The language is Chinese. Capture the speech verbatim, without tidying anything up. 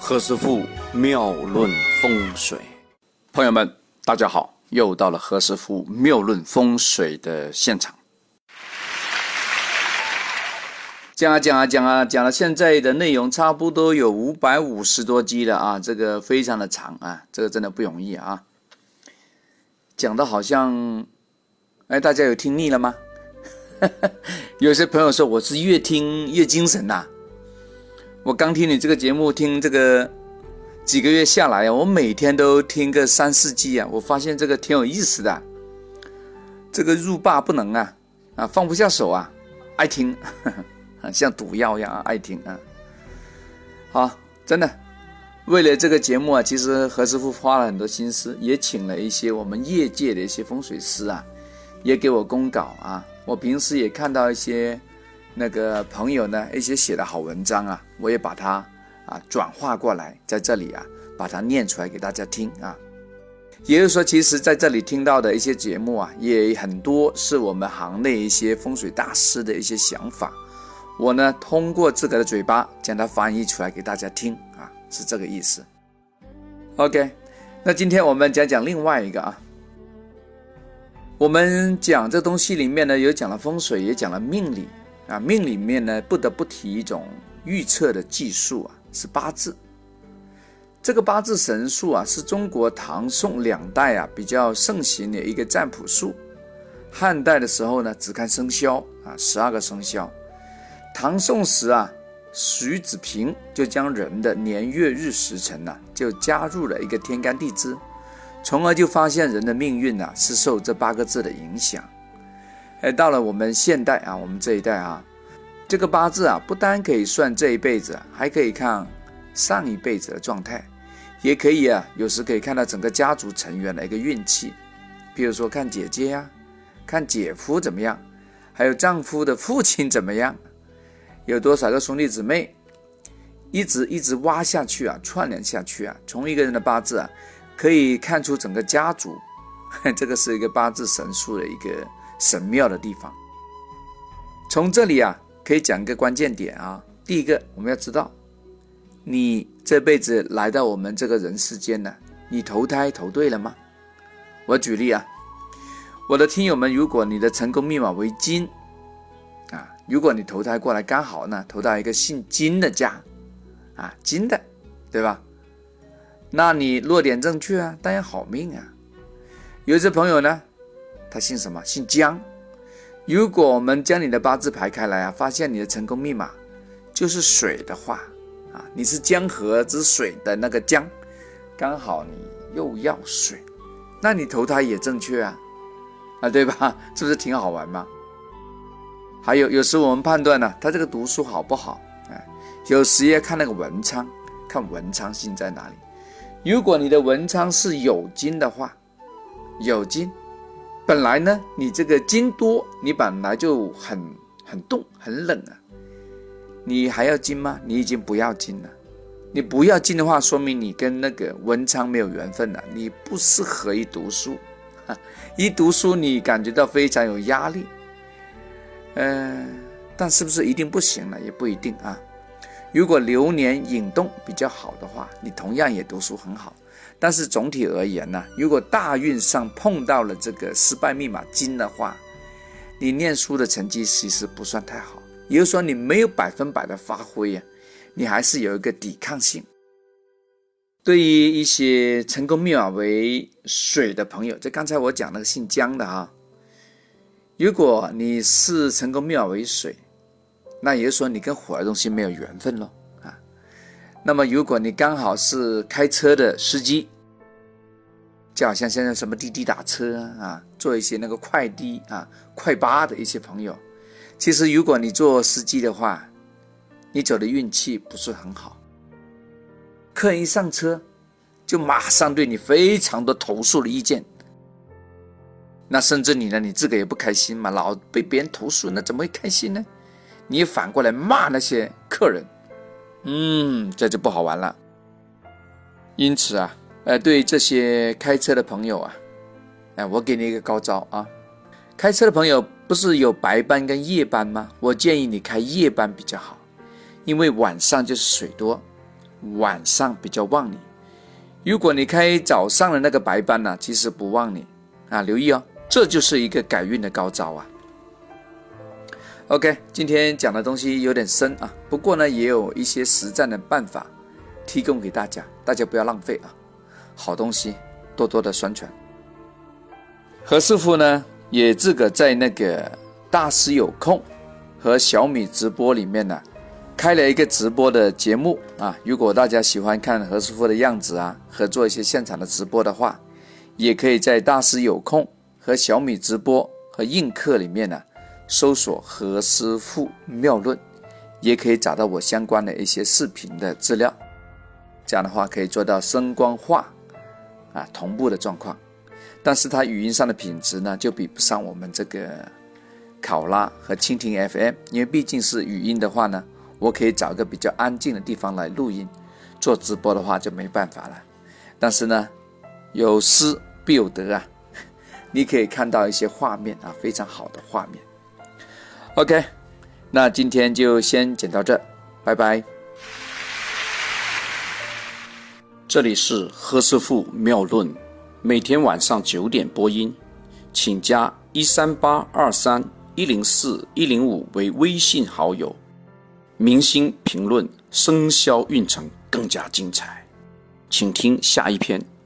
何师傅妙论风水，朋友们大家好，又到了何师傅妙论风水的现场。讲啊讲啊讲啊讲了，现在的内容差不多有五百五十多集了啊，这个非常的长啊，这个真的不容易啊。讲的好像，哎，大家有听腻了吗？有些朋友说我是越听越精神呐、啊。我刚听你这个节目，听这个几个月下来啊，我每天都听个三四集啊，我发现这个挺有意思的，这个欲罢不能啊，啊放不下手啊，爱听，呵呵像毒药一样、啊、爱听啊。好，真的，为了这个节目啊，其实何师傅花了很多心思，也请了一些我们业界的一些风水师啊，也给我公稿啊。我平时也看到一些那个朋友呢，一些写的好文章啊，我也把它啊转化过来，在这里啊把它念出来给大家听啊。也就是说，其实在这里听到的一些节目啊，也很多是我们行内一些风水大师的一些想法，我呢通过自己的嘴巴将它翻译出来给大家听啊，是这个意思。OK， 那今天我们讲讲另外一个啊。我们讲这东西里面呢，有讲了风水，也讲了命理啊。命里面呢，不得不提一种预测的技术啊，是八字。这个八字神术啊，是中国唐宋两代啊比较盛行的一个占卜术。汉代的时候呢，只看生肖啊，十二个生肖。唐宋时啊，徐子平就将人的年月日时辰啊，就加入了一个天干地支。从而就发现人的命运啊是受这八个字的影响。而到了我们现代啊，我们这一代啊，这个八字啊不单可以算这一辈子啊，还可以看上一辈子的状态，也可以啊有时可以看到整个家族成员的一个运气。比如说看姐姐啊，看姐夫怎么样，还有丈夫的父亲怎么样，有多少个兄弟姊妹，一直一直挖下去啊，串联下去啊，从一个人的八字啊可以看出整个家族，这个是一个八字神术的一个神妙的地方。从这里啊，可以讲一个关键点啊。第一个，我们要知道，你这辈子来到我们这个人世间呢，你投胎投对了吗？我举例啊，我的听友们，如果你的成功密码为金啊，如果你投胎过来刚好呢，投到一个姓金的家啊，金的，对吧？那你落点正确啊，当然好命啊。有一些朋友呢，他姓什么？姓江。如果我们将你的八字排开来啊，发现你的成功密码就是水的话啊，你是江河之水的那个江，刚好你又要水，那你投胎也正确啊，啊对吧？是不是挺好玩吗？还有有时我们判断呢、啊，他这个读书好不好？哎，有时也看那个文昌，看文昌星在哪里。如果你的文昌是有金的话，有金，本来呢你这个金多，你本来就很很冻很冷啊，你还要金吗？你已经不要金了。你不要金的话，说明你跟那个文昌没有缘分了，你不适合一读书，一读书你感觉到非常有压力，呃，但是不是一定不行了？也不一定啊。如果流年引动比较好的话，你同样也读书很好。但是总体而言呢，如果大运上碰到了这个失败密码金的话，你念书的成绩其实不算太好，也就是说你没有百分百的发挥啊，你还是有一个抵抗性。对于一些成功密码为水的朋友，就刚才我讲那个姓江的啊，如果你是成功密码为水，那也就是说你跟火的东西没有缘分咯啊。那么如果你刚好是开车的司机，就好像现在什么滴滴打车啊，做一些那个快滴啊、快八的一些朋友，其实如果你做司机的话，你走的运气不是很好。客人一上车就马上对你非常多投诉的意见，那甚至你呢，你自己也不开心嘛，老被别人投诉，那怎么会开心呢？你也反过来骂那些客人，嗯，这就不好玩了。因此啊，呃，对于这些开车的朋友啊，哎，我给你一个高招啊，开车的朋友不是有白班跟夜班吗？我建议你开夜班比较好，因为晚上就是水多， 晚上比较旺你。如果你开早上的那个白班呢、啊，其实不旺你啊，留意哦，这就是一个改运的高招啊。OK， 今天讲的东西有点深啊，不过呢，也有一些实战的办法提供给大家，大家不要浪费啊，好东西多多的宣传。何师傅呢，也自个在那个大师有空和小米直播里面呢，开了一个直播的节目啊。如果大家喜欢看何师傅的样子啊，和做一些现场的直播的话，也可以在大师有空和小米直播和映客里面呢，搜索何师傅妙论，也可以找到我相关的一些视频的资料。这样的话可以做到声光画啊同步的状况，但是它语音上的品质呢，就比不上我们这个考拉和蜻蜓 F M， 因为毕竟是语音的话呢，我可以找一个比较安静的地方来录音，做直播的话就没办法了。但是呢，有失必有得啊，你可以看到一些画面啊，非常好的画面。OK， 那今天就先讲到这，拜拜。 这里是何师傅妙论，每天晚上九点播音，请加一三八二三一零四一零五为微信好友。明星评论生肖运程更加精彩，请听下一篇。